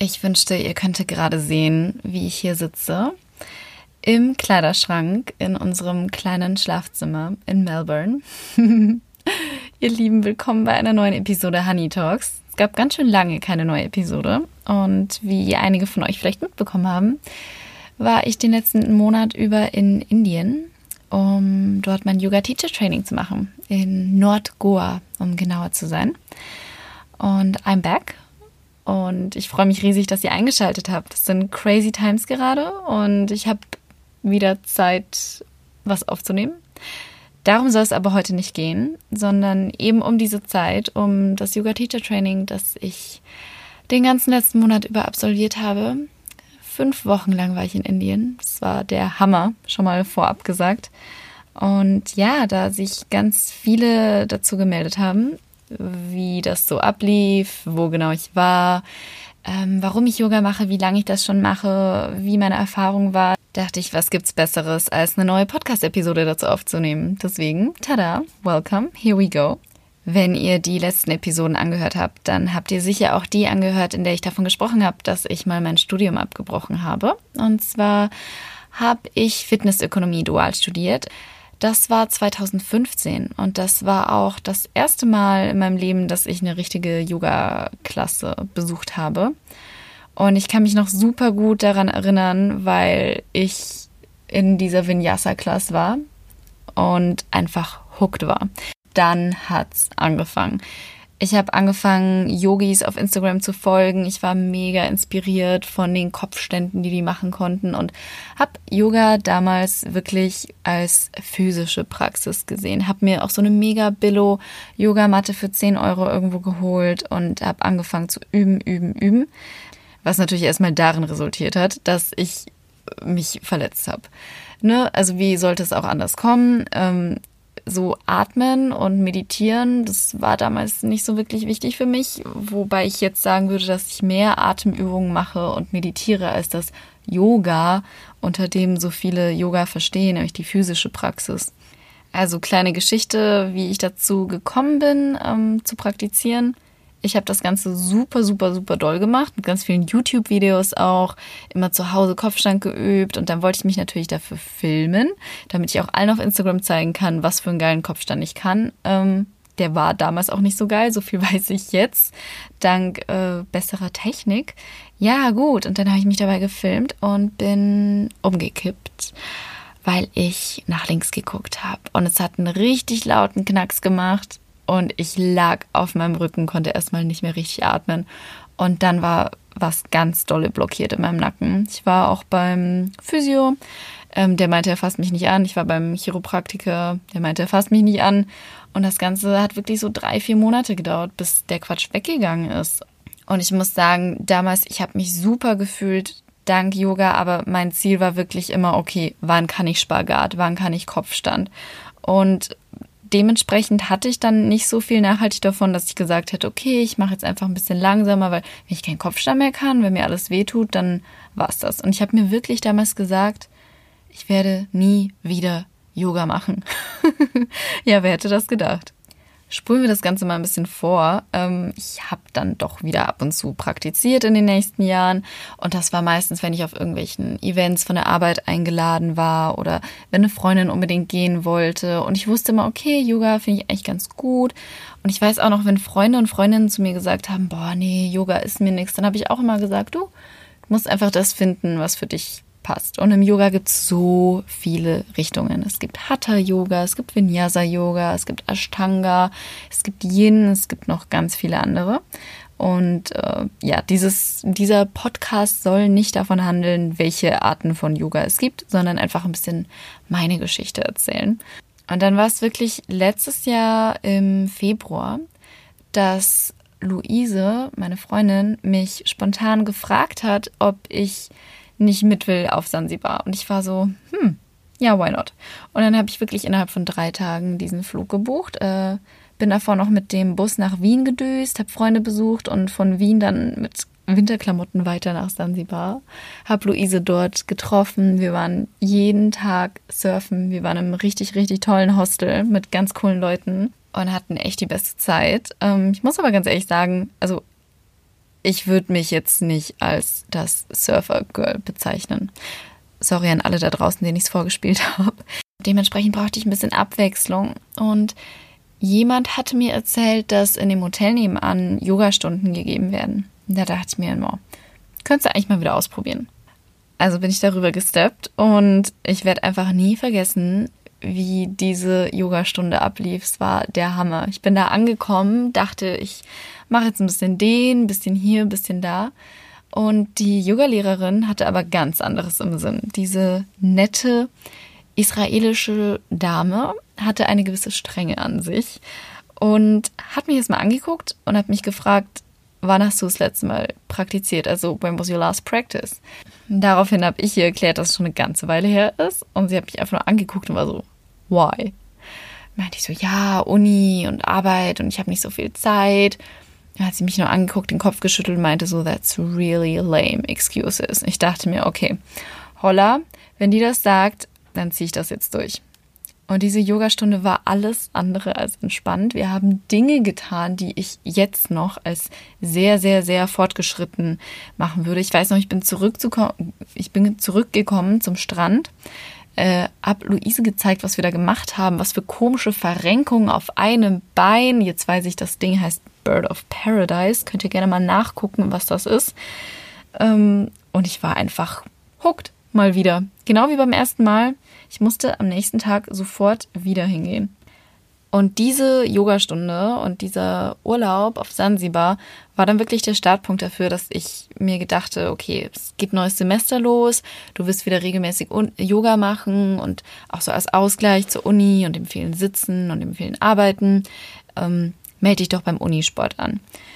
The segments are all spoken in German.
Ich wünschte, ihr könntet gerade sehen, wie ich hier sitze. Im Kleiderschrank in unserem kleinen Schlafzimmer in Melbourne. Ihr Lieben, willkommen bei einer neuen Episode Honey Talks. Es gab ganz schön lange keine neue Episode. Und wie einige von euch vielleicht mitbekommen haben, war ich den letzten Monat über in Indien, um dort mein Yoga-Teacher-Training zu machen. In Nord-Goa, um genauer zu sein. Und I'm back. Und ich freue mich riesig, dass ihr eingeschaltet habt. Das sind crazy times gerade und ich habe wieder Zeit, was aufzunehmen. Darum soll es aber heute nicht gehen, sondern eben um diese Zeit, um das Yoga-Teacher-Training, das ich den ganzen letzten Monat über absolviert habe. 5 Wochen lang war ich in Indien. Das war der Hammer, schon mal vorab gesagt. Und ja, da sich ganz viele dazu gemeldet haben, wie das so ablief, wo genau ich war, warum ich Yoga mache, wie lange ich das schon mache, wie meine Erfahrung war, dachte ich, was gibt's Besseres, als eine neue Podcast-Episode dazu aufzunehmen. Deswegen, tada, welcome, here we go. Wenn ihr die letzten Episoden angehört habt, dann habt ihr sicher auch die angehört, in der ich davon gesprochen habe, dass ich mal mein Studium abgebrochen habe. Und zwar habe ich Fitnessökonomie dual studiert. Das war 2015 und das war auch das erste Mal in meinem Leben, dass ich eine richtige Yoga-Klasse besucht habe. Und ich kann mich noch super gut daran erinnern, weil ich in dieser Vinyasa-Klasse war und einfach hooked war. Dann hat's angefangen. Ich habe angefangen, Yogis auf Instagram zu folgen. Ich war mega inspiriert von den Kopfständen, die machen konnten und habe Yoga damals wirklich als physische Praxis gesehen. Habe mir auch so eine mega Billo-Yogamatte für 10 Euro irgendwo geholt und habe angefangen zu üben. Was natürlich erstmal darin resultiert hat, dass ich mich verletzt habe. Ne? Also wie sollte es auch anders kommen? So atmen und meditieren, das war damals nicht so wirklich wichtig für mich, wobei ich jetzt sagen würde, dass ich mehr Atemübungen mache und meditiere als das Yoga, unter dem so viele Yoga verstehen, nämlich die physische Praxis. Also kleine Geschichte, wie ich dazu gekommen bin, zu praktizieren. Ich habe das Ganze super doll gemacht, mit ganz vielen YouTube-Videos auch, immer zu Hause Kopfstand geübt und dann wollte ich mich natürlich dafür filmen, damit ich auch allen auf Instagram zeigen kann, was für einen geilen Kopfstand ich kann. Der war damals auch nicht so geil, so viel weiß ich jetzt, dank besserer Technik. Ja gut, und dann habe ich mich dabei gefilmt und bin umgekippt, weil ich nach links geguckt habe und es hat einen richtig lauten Knacks gemacht. Und ich lag auf meinem Rücken, konnte erstmal nicht mehr richtig atmen. Und dann war was ganz dolle blockiert in meinem Nacken. Ich war auch beim Physio, der meinte, er fasst mich nicht an. Ich war beim Chiropraktiker, der meinte, er fasst mich nicht an. Und das Ganze hat wirklich so 3-4 Monate gedauert, bis der Quatsch weggegangen ist. Und ich muss sagen, damals, ich habe mich super gefühlt, dank Yoga. Aber mein Ziel war wirklich immer, okay, wann kann ich Spagat, wann kann ich Kopfstand? Und dementsprechend hatte ich dann nicht so viel nachhaltig davon, dass ich gesagt hätte, okay, ich mache jetzt einfach ein bisschen langsamer, weil wenn ich keinen Kopfstand mehr kann, wenn mir alles wehtut, dann war's das. Und ich habe mir wirklich damals gesagt, ich werde nie wieder Yoga machen. Ja, wer hätte das gedacht? Spulen wir das Ganze mal ein bisschen vor. Ich habe dann doch wieder ab und zu praktiziert in den nächsten Jahren. Und das war meistens, wenn ich auf irgendwelchen Events von der Arbeit eingeladen war oder wenn eine Freundin unbedingt gehen wollte. Und ich wusste immer, okay, Yoga finde ich eigentlich ganz gut. Und ich weiß auch noch, wenn Freunde und Freundinnen zu mir gesagt haben, boah, nee, Yoga ist mir nichts, dann habe ich auch immer gesagt, du musst einfach das finden, was für dich passt. Und im Yoga gibt es so viele Richtungen. Es gibt Hatha-Yoga, es gibt Vinyasa-Yoga, es gibt Ashtanga, es gibt Yin, es gibt noch ganz viele andere. Und ja, dieser Podcast soll nicht davon handeln, welche Arten von Yoga es gibt, sondern einfach ein bisschen meine Geschichte erzählen. Und dann war es wirklich letztes Jahr im Februar, dass Luise, meine Freundin, mich spontan gefragt hat, ob ich nicht mit will auf Sansibar. Und ich war so, ja, why not? Und dann habe ich wirklich innerhalb von 3 Tagen diesen Flug gebucht. Bin davor noch mit dem Bus nach Wien gedüst, habe Freunde besucht und von Wien dann mit Winterklamotten weiter nach Sansibar. Habe Luise dort getroffen. Wir waren jeden Tag surfen. Wir waren im richtig tollen Hostel mit ganz coolen Leuten und hatten echt die beste Zeit. Ich muss aber ganz ehrlich sagen, also ich würde mich jetzt nicht als das Surfer-Girl bezeichnen. Sorry an alle da draußen, denen ich es vorgespielt habe. Dementsprechend brauchte ich ein bisschen Abwechslung. Und jemand hatte mir erzählt, dass in dem Hotel nebenan Yogastunden gegeben werden. Da dachte ich mir, könntest du eigentlich mal wieder ausprobieren. Also bin ich darüber gesteppt und ich werde einfach nie vergessen, wie diese Yogastunde ablief. Es war der Hammer. Ich bin da angekommen, dachte, ich mache jetzt ein bisschen hier, ein bisschen da. Und die Yogalehrerin hatte aber ganz anderes im Sinn. Diese nette israelische Dame hatte eine gewisse Strenge an sich und hat mich jetzt mal angeguckt und hat mich gefragt, wann hast du das letzte Mal praktiziert? Also, when was your last practice? Daraufhin habe ich ihr erklärt, dass es schon eine ganze Weile her ist. Und sie hat mich einfach nur angeguckt und war so, why? Meinte ich so, ja, Uni und Arbeit und ich habe nicht so viel Zeit. Dann hat sie mich nur angeguckt, den Kopf geschüttelt und meinte so, that's really lame excuses. Und ich dachte mir, okay, holla, wenn die das sagt, dann ziehe ich das jetzt durch. Und diese Yogastunde war alles andere als entspannt. Wir haben Dinge getan, die ich jetzt noch als sehr, sehr, sehr fortgeschritten machen würde. Ich weiß noch, ich bin zurückgekommen zum Strand, hab Luise gezeigt, was wir da gemacht haben, was für komische Verrenkungen auf einem Bein. Jetzt weiß ich, das Ding heißt Bird of Paradise. Könnt ihr gerne mal nachgucken, was das ist. Und ich war einfach hooked, mal wieder. Genau wie beim ersten Mal. Ich musste am nächsten Tag sofort wieder hingehen. Und diese Yogastunde und dieser Urlaub auf Sansibar war dann wirklich der Startpunkt dafür, dass ich mir gedachte, okay, es geht neues Semester los, du wirst wieder regelmäßig Yoga machen und auch so als Ausgleich zur Uni und dem vielen Sitzen und dem vielen Arbeiten, melde dich doch beim Unisport an.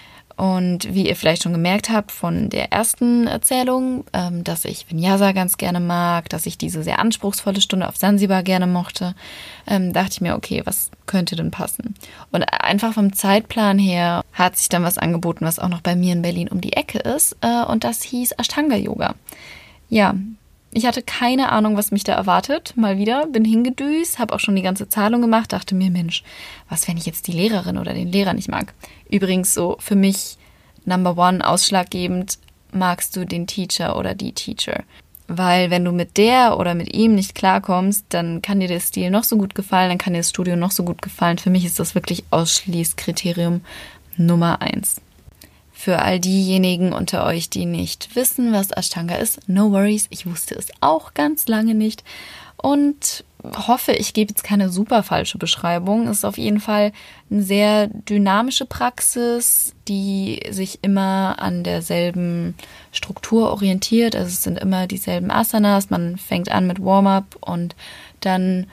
Und wie ihr vielleicht schon gemerkt habt von der ersten Erzählung, dass ich Vinyasa ganz gerne mag, dass ich diese sehr anspruchsvolle Stunde auf Sansibar gerne mochte, dachte ich mir, okay, was könnte denn passen? Und einfach vom Zeitplan her hat sich dann was angeboten, was auch noch bei mir in Berlin um die Ecke ist. Und das hieß Ashtanga-Yoga. Ja, ich hatte keine Ahnung, was mich da erwartet. Mal wieder, bin hingedüst, habe auch schon die ganze Zahlung gemacht, dachte mir, Mensch, was, wenn ich jetzt die Lehrerin oder den Lehrer nicht mag? Übrigens so für mich Number One ausschlaggebend, magst du den Teacher oder die Teacher? Weil wenn du mit der oder mit ihm nicht klarkommst, dann kann dir der Stil noch so gut gefallen, dann kann dir das Studio noch so gut gefallen. Für mich ist das wirklich Ausschließkriterium Nummer 1. Für all diejenigen unter euch, die nicht wissen, was Ashtanga ist, no worries, ich wusste es auch ganz lange nicht und hoffe, ich gebe jetzt keine super falsche Beschreibung. Es ist auf jeden Fall eine sehr dynamische Praxis, die sich immer an derselben Struktur orientiert. Also es sind immer dieselben Asanas, man fängt an mit Warm-up und dann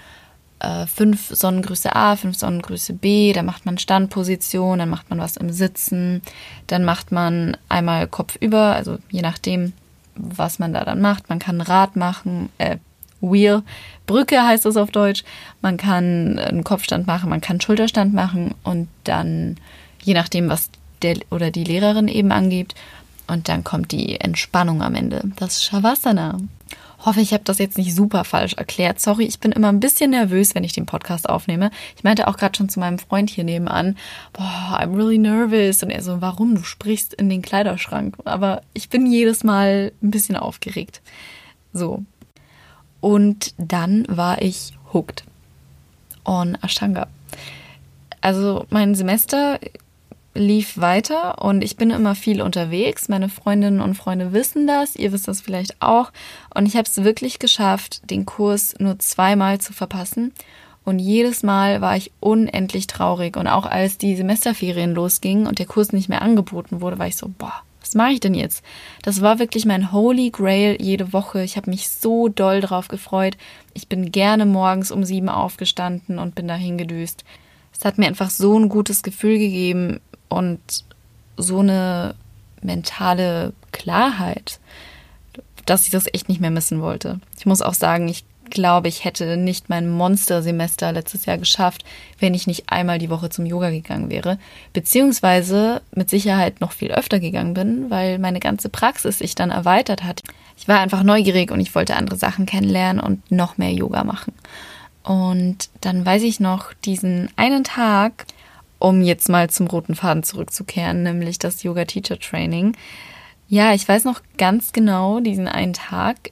5 Sonnengrüße A, 5 Sonnengrüße B, dann macht man Standposition, dann macht man was im Sitzen, dann macht man einmal kopfüber, also je nachdem, was man da dann macht. Man kann Rad machen, Wheel, Brücke heißt das auf Deutsch, man kann einen Kopfstand machen, man kann einen Schulterstand machen und dann, je nachdem, was der oder die Lehrerin eben angibt, und dann kommt die Entspannung am Ende, das Shavasana. Hoffe, ich habe das jetzt nicht super falsch erklärt. Sorry, ich bin immer ein bisschen nervös, wenn ich den Podcast aufnehme. Ich meinte auch gerade schon zu meinem Freund hier nebenan, I'm really nervous. Und er so, warum? Du sprichst in den Kleiderschrank. Aber ich bin jedes Mal ein bisschen aufgeregt. So. Und dann war ich hooked on Ashtanga. Also mein Semester lief weiter und ich bin immer viel unterwegs. Meine Freundinnen und Freunde wissen das, ihr wisst das vielleicht auch. Und ich habe es wirklich geschafft, den Kurs nur 2-mal zu verpassen. Und jedes Mal war ich unendlich traurig. Und auch als die Semesterferien losgingen und der Kurs nicht mehr angeboten wurde, war ich so, was mache ich denn jetzt? Das war wirklich mein Holy Grail jede Woche. Ich habe mich so doll drauf gefreut. Ich bin gerne morgens um 7 aufgestanden und bin dahin gedüst. Es hat mir einfach so ein gutes Gefühl gegeben und so eine mentale Klarheit, dass ich das echt nicht mehr missen wollte. Ich muss auch sagen, ich glaube, ich hätte nicht mein Monstersemester letztes Jahr geschafft, wenn ich nicht einmal die Woche zum Yoga gegangen wäre, beziehungsweise mit Sicherheit noch viel öfter gegangen bin, weil meine ganze Praxis sich dann erweitert hat. Ich war einfach neugierig und ich wollte andere Sachen kennenlernen und noch mehr Yoga machen. Und dann weiß ich noch diesen einen Tag um jetzt mal zum roten Faden zurückzukehren, nämlich das Yoga-Teacher-Training. Ja, ich weiß noch ganz genau diesen einen Tag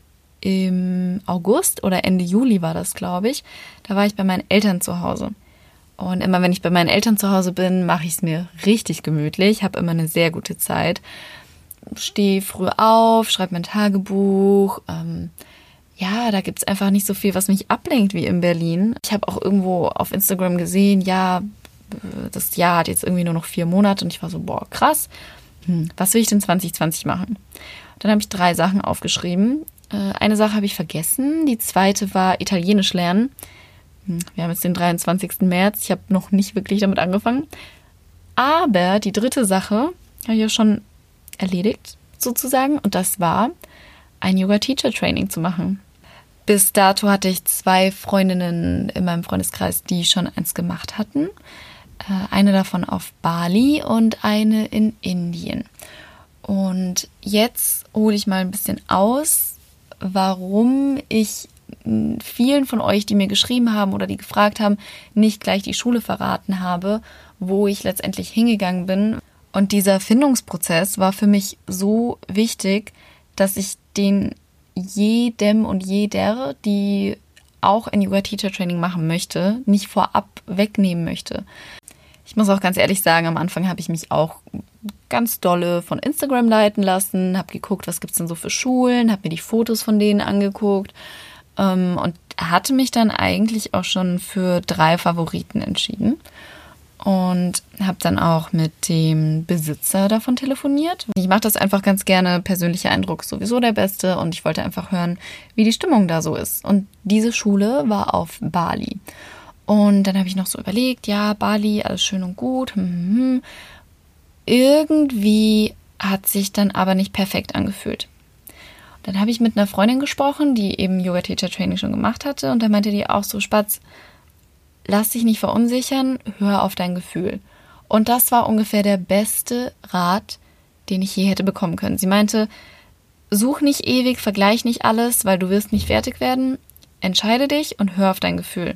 im August oder Ende Juli war das, glaube ich. Da war ich bei meinen Eltern zu Hause. Und immer wenn ich bei meinen Eltern zu Hause bin, mache ich es mir richtig gemütlich, habe immer eine sehr gute Zeit. Stehe früh auf, schreibe mein Tagebuch. Ja, da gibt es einfach nicht so viel, was mich ablenkt wie in Berlin. Ich habe auch irgendwo auf Instagram gesehen, ja, das Jahr hat jetzt irgendwie nur noch 4 Monate. Und ich war so, boah, krass. Was will ich denn 2020 machen? Dann habe ich 3 Sachen aufgeschrieben. Eine Sache habe ich vergessen. Die zweite war Italienisch lernen. Wir haben jetzt den 23. März. Ich habe noch nicht wirklich damit angefangen. Aber die dritte Sache habe ich ja schon erledigt, sozusagen. Und das war, ein Yoga-Teacher-Training zu machen. Bis dato hatte ich 2 Freundinnen in meinem Freundeskreis, die schon eins gemacht hatten. Eine davon auf Bali und eine in Indien. Und jetzt hole ich mal ein bisschen aus, warum ich vielen von euch, die mir geschrieben haben oder die gefragt haben, nicht gleich die Schule verraten habe, wo ich letztendlich hingegangen bin. Und dieser Findungsprozess war für mich so wichtig, dass ich den jedem und jeder, die auch ein Yoga-Teacher-Training machen möchte, nicht vorab wegnehmen möchte. Ich muss auch ganz ehrlich sagen, am Anfang habe ich mich auch ganz dolle von Instagram leiten lassen, habe geguckt, was gibt es denn so für Schulen, habe mir die Fotos von denen angeguckt und hatte mich dann eigentlich auch schon für 3 Favoriten entschieden. Und habe dann auch mit dem Besitzer davon telefoniert. Ich mache das einfach ganz gerne. Persönlicher Eindruck ist sowieso der beste. Und ich wollte einfach hören, wie die Stimmung da so ist. Und diese Schule war auf Bali. Und dann habe ich noch so überlegt, ja, Bali, alles schön und gut. Irgendwie hat sich dann aber nicht perfekt angefühlt. Dann habe ich mit einer Freundin gesprochen, die eben Yoga-Teacher-Training schon gemacht hatte. Und da meinte die auch so, Spatz, lass dich nicht verunsichern, hör auf dein Gefühl. Und das war ungefähr der beste Rat, den ich je hätte bekommen können. Sie meinte, such nicht ewig, vergleich nicht alles, weil du wirst nicht fertig werden. Entscheide dich und hör auf dein Gefühl.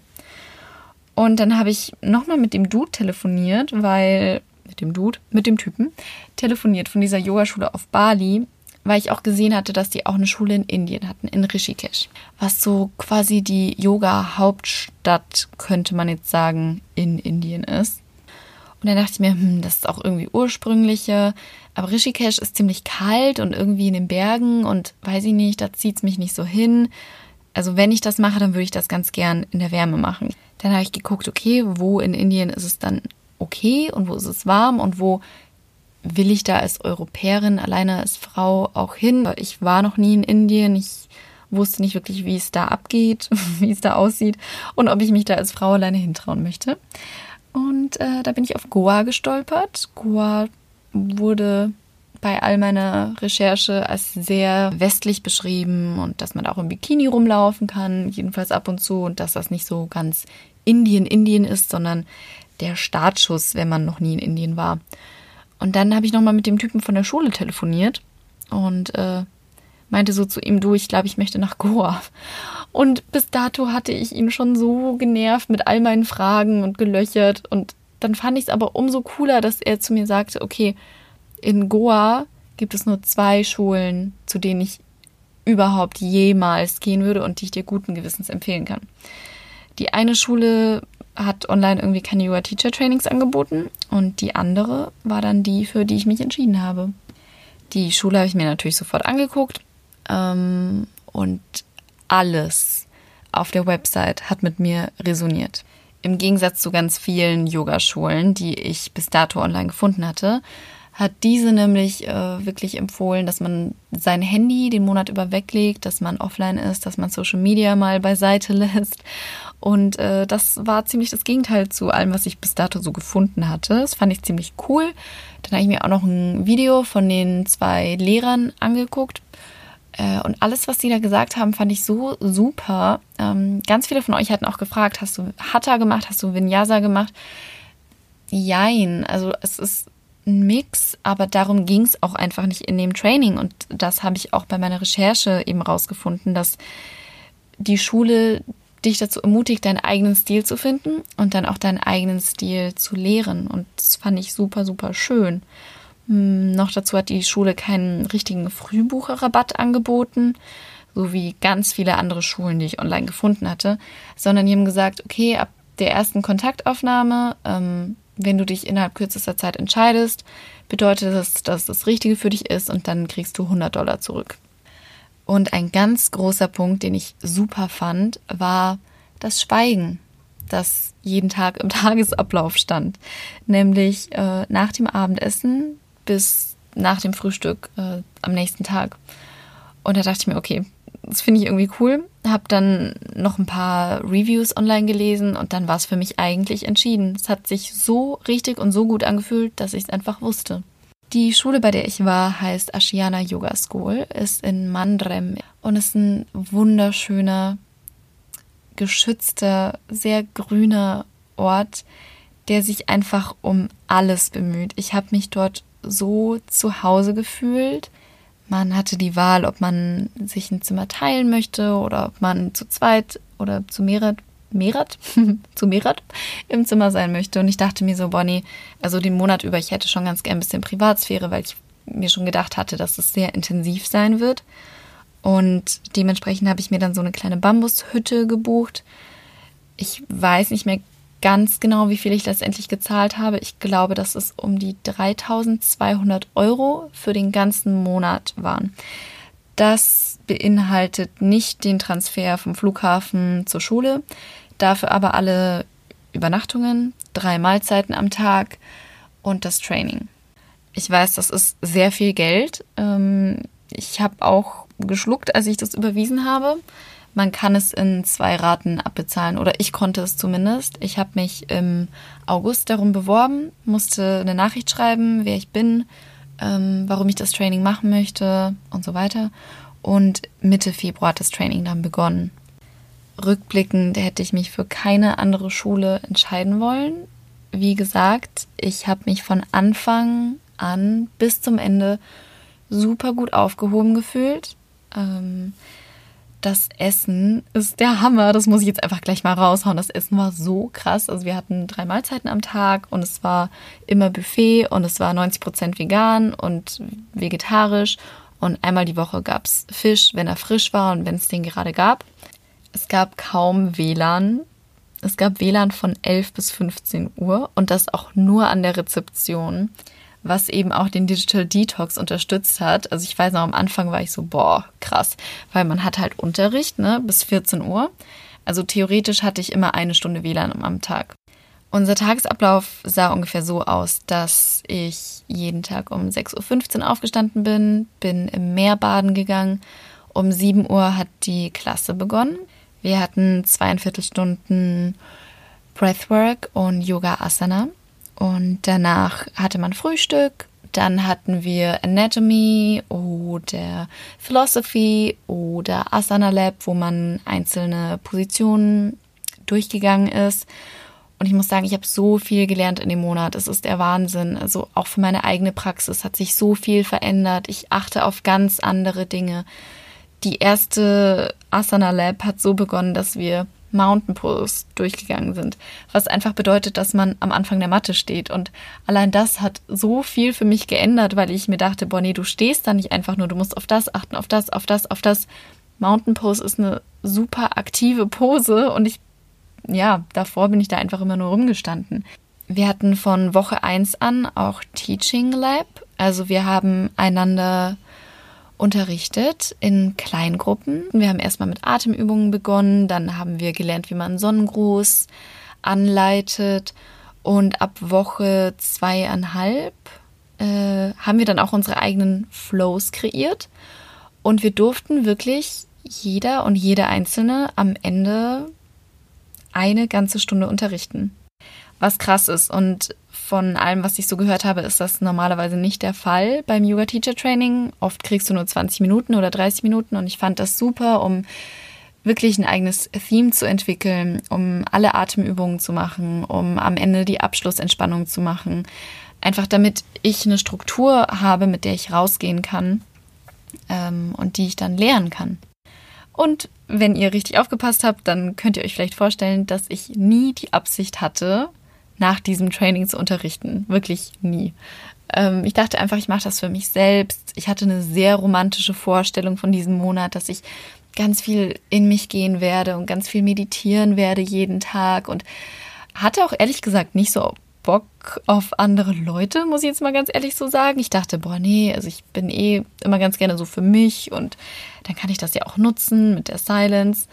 Und dann habe ich nochmal mit dem Dude telefoniert, mit dem Typen telefoniert von dieser Yogaschule auf Bali, weil ich auch gesehen hatte, dass die auch eine Schule in Indien hatten, in Rishikesh. Was so quasi die Yoga-Hauptstadt, könnte man jetzt sagen, in Indien ist. Und dann dachte ich mir, das ist auch irgendwie ursprünglicher. Aber Rishikesh ist ziemlich kalt und irgendwie in den Bergen und weiß ich nicht, da zieht es mich nicht so hin. Also wenn ich das mache, dann würde ich das ganz gern in der Wärme machen. Dann habe ich geguckt, okay, wo in Indien ist es dann okay und wo ist es warm und wo will ich da als Europäerin, alleine als Frau auch hin. Ich war noch nie in Indien, ich wusste nicht wirklich, wie es da abgeht, wie es da aussieht und ob ich mich da als Frau alleine hintrauen möchte. Und da bin ich auf Goa gestolpert. Goa wurde bei all meiner Recherche als sehr westlich beschrieben und dass man da auch im Bikini rumlaufen kann, jedenfalls ab und zu, und dass das nicht so ganz Indien ist, sondern der Startschuss, wenn man noch nie in Indien war. Und dann habe ich nochmal mit dem Typen von der Schule telefoniert und meinte so zu ihm, du, ich glaube, ich möchte nach Goa. Und bis dato hatte ich ihn schon so genervt mit all meinen Fragen und gelöchert. Und dann fand ich es aber umso cooler, dass er zu mir sagte, okay, in Goa gibt es nur 2 Schulen, zu denen ich überhaupt jemals gehen würde und die ich dir guten Gewissens empfehlen kann. Die eine Schule hat online irgendwie keine Yoga-Teacher-Trainings angeboten und die andere war dann die, für die ich mich entschieden habe. Die Schule habe ich mir natürlich sofort angeguckt und alles auf der Website hat mit mir resoniert. Im Gegensatz zu ganz vielen Yogaschulen, die ich bis dato online gefunden hatte, hat diese nämlich wirklich empfohlen, dass man sein Handy den Monat über weglegt, dass man offline ist, dass man Social Media mal beiseite lässt. Und das war ziemlich das Gegenteil zu allem, was ich bis dato so gefunden hatte. Das fand ich ziemlich cool. Dann habe ich mir auch noch ein Video von den 2 Lehrern angeguckt. Und alles, was die da gesagt haben, fand ich so super. Ganz viele von euch hatten auch gefragt, hast du Hatha gemacht, hast du Vinyasa gemacht? Jein, also es ist ein Mix, aber darum ging es auch einfach nicht in dem Training. Und das habe ich auch bei meiner Recherche eben rausgefunden, dass die Schule dich dazu ermutigt, deinen eigenen Stil zu finden und dann auch deinen eigenen Stil zu lehren. Und das fand ich super, super schön. Noch dazu hat die Schule keinen richtigen Frühbucherrabatt angeboten, so wie ganz viele andere Schulen, die ich online gefunden hatte, sondern die haben gesagt, okay, ab der ersten Kontaktaufnahme, wenn du dich innerhalb kürzester Zeit entscheidest, bedeutet das, dass das Richtige für dich ist und dann kriegst du $100 zurück. Und ein ganz großer Punkt, den ich super fand, war das Schweigen, das jeden Tag im Tagesablauf stand. Nämlich nach dem Abendessen bis nach dem Frühstück am nächsten Tag. Und da dachte ich mir, okay, das finde ich irgendwie cool. Habe dann noch ein paar Reviews online gelesen und dann war es für mich eigentlich entschieden. Es hat sich so richtig und so gut angefühlt, dass ich es einfach wusste. Die Schule, bei der ich war, heißt Ashiana Yoga School, ist in Mandrem und ist ein wunderschöner, geschützter, sehr grüner Ort, der sich einfach um alles bemüht. Ich habe mich dort so zu Hause gefühlt. Man hatte die Wahl, ob man sich ein Zimmer teilen möchte oder ob man zu zweit oder zu mehret im Zimmer sein möchte. Und ich dachte mir so, Bonnie, also den Monat über, ich hätte schon ganz gern ein bisschen Privatsphäre, weil ich mir schon gedacht hatte, dass es sehr intensiv sein wird. Und dementsprechend habe ich mir dann so eine kleine Bambushütte gebucht. Ich weiß nicht mehr ganz genau, wie viel ich letztendlich gezahlt habe. Ich glaube, dass es um die 3.200 € für den ganzen Monat waren. Das beinhaltet nicht den Transfer vom Flughafen zur Schule, dafür aber alle Übernachtungen, 3 Mahlzeiten am Tag und das Training. Ich weiß, das ist sehr viel Geld. Ich habe auch geschluckt, als ich das überwiesen habe. Man kann es in 2 Raten abbezahlen oder ich konnte es zumindest. Ich habe mich im August darum beworben, musste eine Nachricht schreiben, wer ich bin, warum ich das Training machen möchte und so weiter. Und Mitte Februar hat das Training dann begonnen. Rückblickend hätte ich mich für keine andere Schule entscheiden wollen. Wie gesagt, ich habe mich von Anfang an bis zum Ende super gut aufgehoben gefühlt. Das Essen ist der Hammer, das muss ich jetzt einfach gleich mal raushauen. Das Essen war so krass, also wir hatten 3 Mahlzeiten am Tag und es war immer Buffet und es war 90% vegan und vegetarisch und einmal die Woche gab es Fisch, wenn er frisch war und wenn es den gerade gab. Es gab kaum WLAN. Es gab WLAN von 11 bis 15 Uhr und das auch nur an der Rezeption, was eben auch den Digital Detox unterstützt hat. Also ich weiß noch, am Anfang war ich so, boah, krass, weil man hat halt Unterricht, ne, bis 14 Uhr. Also theoretisch hatte ich immer 1 Stunde WLAN am Tag. Unser Tagesablauf sah ungefähr so aus, dass ich jeden Tag um 6.15 Uhr aufgestanden bin im Meer baden gegangen. Um 7 Uhr hat die Klasse begonnen. Wir hatten 42 Stunden Breathwork und Yoga Asana. Und danach hatte man Frühstück, dann hatten wir Anatomy oder Philosophy oder Asana Lab, wo man einzelne Positionen durchgegangen ist. Und ich muss sagen, ich habe so viel gelernt in dem Monat. Es ist der Wahnsinn. Also auch für meine eigene Praxis hat sich so viel verändert. Ich achte auf ganz andere Dinge. Die erste Asana Lab hat so begonnen, dass wir Mountain Pose durchgegangen sind, was einfach bedeutet, dass man am Anfang der Matte steht und allein das hat so viel für mich geändert, weil ich mir dachte, boah, nee, du stehst da nicht einfach nur, du musst auf das achten, auf das. Mountain Pose ist eine super aktive Pose und davor bin ich da einfach immer nur rumgestanden. Wir hatten von Woche 1 an auch Teaching Lab, also wir haben einander unterrichtet in Kleingruppen. Wir haben erstmal mit Atemübungen begonnen, dann haben wir gelernt, wie man einen Sonnengruß anleitet und ab Woche 2,5 haben wir dann auch unsere eigenen Flows kreiert und wir durften wirklich jeder und jede Einzelne am Ende eine ganze Stunde unterrichten. Was krass ist und von allem, was ich so gehört habe, ist das normalerweise nicht der Fall beim Yoga Teacher Training. Oft kriegst du nur 20 Minuten oder 30 Minuten und ich fand das super, um wirklich ein eigenes Theme zu entwickeln, um alle Atemübungen zu machen, um am Ende die Abschlussentspannung zu machen. Einfach damit ich eine Struktur habe, mit der ich rausgehen kann und die ich dann lernen kann. Und wenn ihr richtig aufgepasst habt, dann könnt ihr euch vielleicht vorstellen, dass ich nie die Absicht hatte, nach diesem Training zu unterrichten. Wirklich nie. Ich dachte einfach, ich mache das für mich selbst. Ich hatte eine sehr romantische Vorstellung von diesem Monat, dass ich ganz viel in mich gehen werde und ganz viel meditieren werde jeden Tag und hatte auch ehrlich gesagt nicht so Bock auf andere Leute, muss ich jetzt mal ganz ehrlich so sagen. Ich dachte, boah, nee, also ich bin immer ganz gerne so für mich und dann kann ich das ja auch nutzen mit der Silence.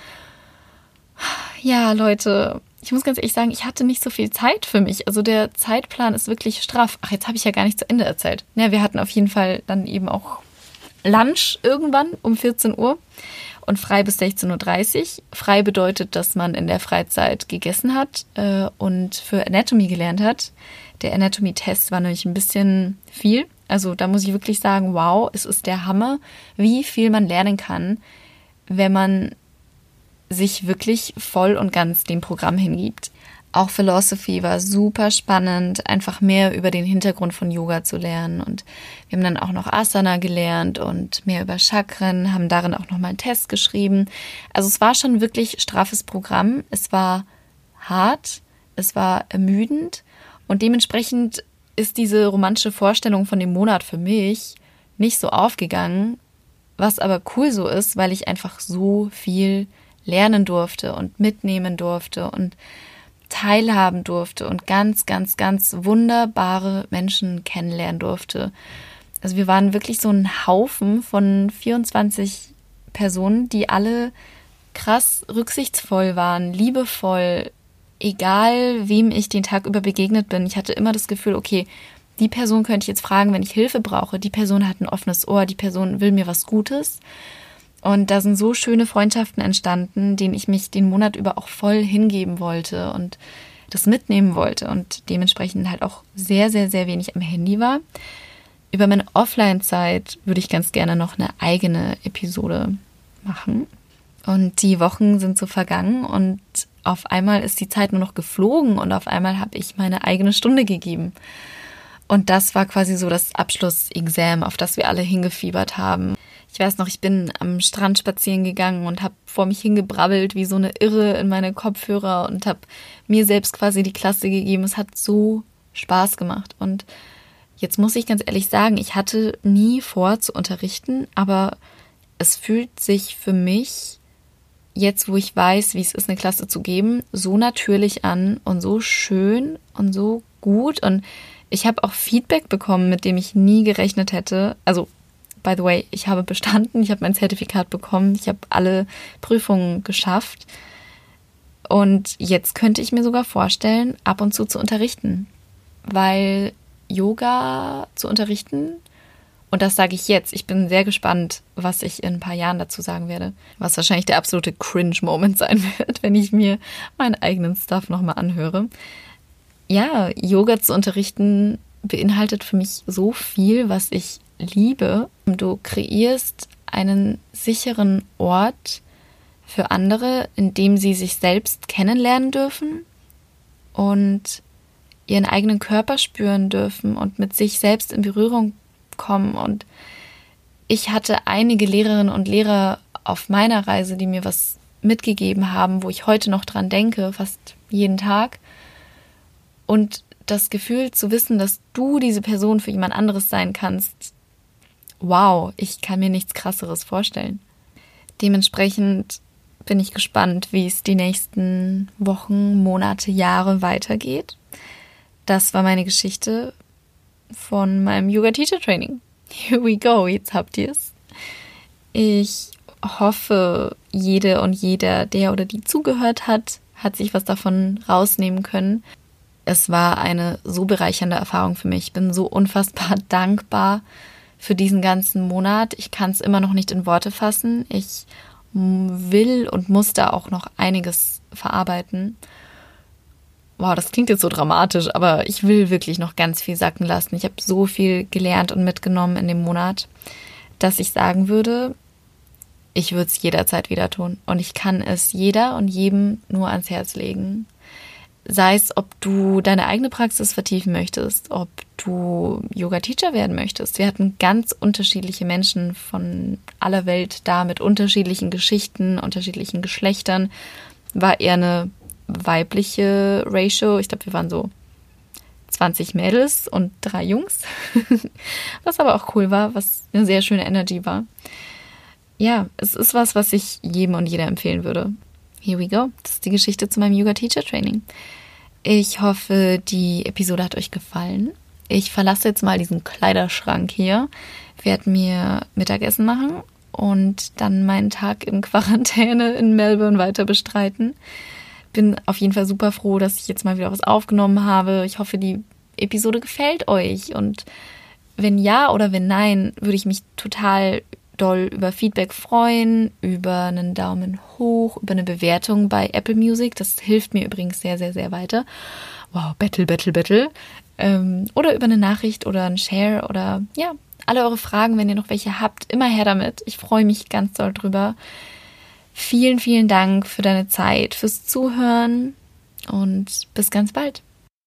Ja, Leute, ich muss ganz ehrlich sagen, ich hatte nicht so viel Zeit für mich. Also der Zeitplan ist wirklich straff. Ach, jetzt habe ich ja gar nicht zu Ende erzählt. Ja, wir hatten auf jeden Fall dann eben auch Lunch irgendwann um 14 Uhr und frei bis 16:30 Uhr. Frei bedeutet, dass man in der Freizeit gegessen hat und für Anatomy gelernt hat. Der Anatomy-Test war nämlich ein bisschen viel. Also da muss ich wirklich sagen, wow, es ist der Hammer, wie viel man lernen kann, wenn man sich wirklich voll und ganz dem Programm hingibt. Auch Philosophy war super spannend, einfach mehr über den Hintergrund von Yoga zu lernen. Und wir haben dann auch noch Asana gelernt und mehr über Chakren, haben darin auch nochmal einen Test geschrieben. Also es war schon wirklich straffes Programm. Es war hart, es war ermüdend und dementsprechend ist diese romantische Vorstellung von dem Monat für mich nicht so aufgegangen, was aber cool so ist, weil ich einfach so viel lernen durfte und mitnehmen durfte und teilhaben durfte und ganz, ganz, ganz wunderbare Menschen kennenlernen durfte. Also wir waren wirklich so ein Haufen von 24 Personen, die alle krass rücksichtsvoll waren, liebevoll, egal wem ich den Tag über begegnet bin. Ich hatte immer das Gefühl, okay, die Person könnte ich jetzt fragen, wenn ich Hilfe brauche. Die Person hat ein offenes Ohr, die Person will mir was Gutes. Und da sind so schöne Freundschaften entstanden, denen ich mich den Monat über auch voll hingeben wollte und das mitnehmen wollte und dementsprechend halt auch sehr, sehr, sehr wenig am Handy war. Über meine Offline-Zeit würde ich ganz gerne noch eine eigene Episode machen. Und die Wochen sind so vergangen und auf einmal ist die Zeit nur noch geflogen und auf einmal habe ich meine eigene Stunde gegeben. Und das war quasi so das Abschlussexam, auf das wir alle hingefiebert haben. Ich weiß noch, ich bin am Strand spazieren gegangen und habe vor mich hingebrabbelt wie so eine Irre in meine Kopfhörer und habe mir selbst quasi die Klasse gegeben. Es hat so Spaß gemacht. Und jetzt muss ich ganz ehrlich sagen, ich hatte nie vor zu unterrichten, aber es fühlt sich für mich, jetzt wo ich weiß, wie es ist, eine Klasse zu geben, so natürlich an und so schön und so gut. Und ich habe auch Feedback bekommen, mit dem ich nie gerechnet hätte. Also by the way, ich habe bestanden, ich habe mein Zertifikat bekommen, ich habe alle Prüfungen geschafft und jetzt könnte ich mir sogar vorstellen, ab und zu unterrichten, weil Yoga zu unterrichten, und das sage ich jetzt, ich bin sehr gespannt, was ich in ein paar Jahren dazu sagen werde, was wahrscheinlich der absolute Cringe-Moment sein wird, wenn ich mir meinen eigenen Stuff nochmal anhöre. Ja, Yoga zu unterrichten beinhaltet für mich so viel, was ich liebe. Du kreierst einen sicheren Ort für andere, in dem sie sich selbst kennenlernen dürfen und ihren eigenen Körper spüren dürfen und mit sich selbst in Berührung kommen. Und ich hatte einige Lehrerinnen und Lehrer auf meiner Reise, die mir was mitgegeben haben, wo ich heute noch dran denke, fast jeden Tag. Und das Gefühl zu wissen, dass du diese Person für jemand anderes sein kannst, wow, ich kann mir nichts Krasseres vorstellen. Dementsprechend bin ich gespannt, wie es die nächsten Wochen, Monate, Jahre weitergeht. Das war meine Geschichte von meinem Yoga-Teacher-Training. Here we go, jetzt habt ihr es. Ich hoffe, jede und jeder, der oder die zugehört hat, hat sich was davon rausnehmen können. Es war eine so bereichernde Erfahrung für mich. Ich bin so unfassbar dankbar für diesen ganzen Monat. Ich kann es immer noch nicht in Worte fassen. Ich will und muss da auch noch einiges verarbeiten. Wow, das klingt jetzt so dramatisch, aber ich will wirklich noch ganz viel sacken lassen. Ich habe so viel gelernt und mitgenommen in dem Monat, dass ich sagen würde, ich würde es jederzeit wieder tun. Und ich kann es jeder und jedem nur ans Herz legen. Sei es, ob du deine eigene Praxis vertiefen möchtest, ob du Yoga-Teacher werden möchtest. Wir hatten ganz unterschiedliche Menschen von aller Welt da mit unterschiedlichen Geschichten, unterschiedlichen Geschlechtern. War eher eine weibliche Ratio. Ich glaube, wir waren so 20 Mädels und 3 Jungs. Was aber auch cool war, was eine sehr schöne Energy war. Ja, es ist was ich jedem und jeder empfehlen würde. Here we go. Das ist die Geschichte zu meinem Yoga-Teacher-Training. Ich hoffe, die Episode hat euch gefallen. Ich verlasse jetzt mal diesen Kleiderschrank hier, werde mir Mittagessen machen und dann meinen Tag in Quarantäne in Melbourne weiter bestreiten. Bin auf jeden Fall super froh, dass ich jetzt mal wieder was aufgenommen habe. Ich hoffe, die Episode gefällt euch. Und wenn ja oder wenn nein, würde ich mich total doll über Feedback freuen, über einen Daumen hoch, über eine Bewertung bei Apple Music. Das hilft mir übrigens sehr, sehr, sehr weiter. Wow, Battle. Oder über eine Nachricht oder ein Share oder ja, alle eure Fragen, wenn ihr noch welche habt, immer her damit. Ich freue mich ganz doll drüber. Vielen, vielen Dank für deine Zeit, fürs Zuhören und bis ganz bald.